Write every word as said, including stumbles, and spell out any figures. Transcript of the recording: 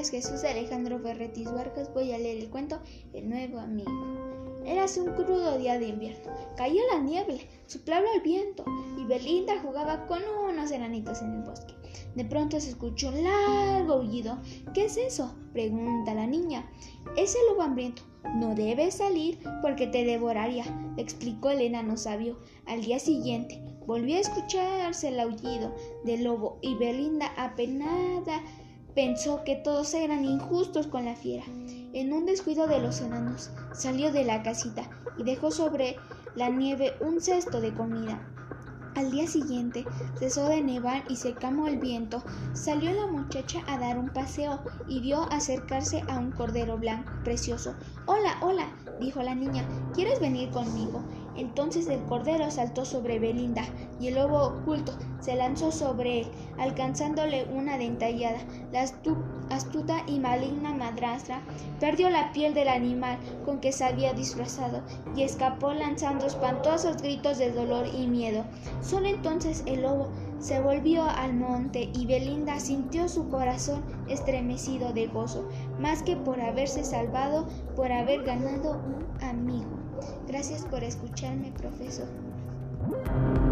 es Jesús Alejandro Ferretis Vargas. Voy a leer el cuento El nuevo amigo. Érase un crudo día de invierno. Caía la nieve, soplaba el viento y Belinda jugaba con unos enanitos en el bosque. De pronto se escuchó un largo aullido. ¿Qué es eso?, pregunta la niña. Es el lobo hambriento. No debes salir porque te devoraría, explicó el enano sabio. Al día siguiente volvió a escucharse el aullido del lobo y Belinda, apenada, pensó que todos eran injustos con la fiera. En un descuido de los enanos, salió de la casita y dejó sobre la nieve un cesto de comida. Al día siguiente cesó de nevar y se calmó el viento. Salió la muchacha a dar un paseo y vio acercarse a un cordero blanco precioso. Hola, hola, dijo la niña, ¿quieres venir conmigo? Entonces el cordero saltó sobre Belinda y el lobo oculto se lanzó sobre él, alcanzándole una dentellada. La astu- astuta y maligna madrastra perdió la piel del animal con que se había disfrazado y escapó lanzando espantosos gritos de dolor y miedo. Solo entonces el lobo se volvió al monte y Belinda sintió su corazón estremecido de gozo, más que por haberse salvado, por haber ganado un amigo. Gracias por escucharme, profesor.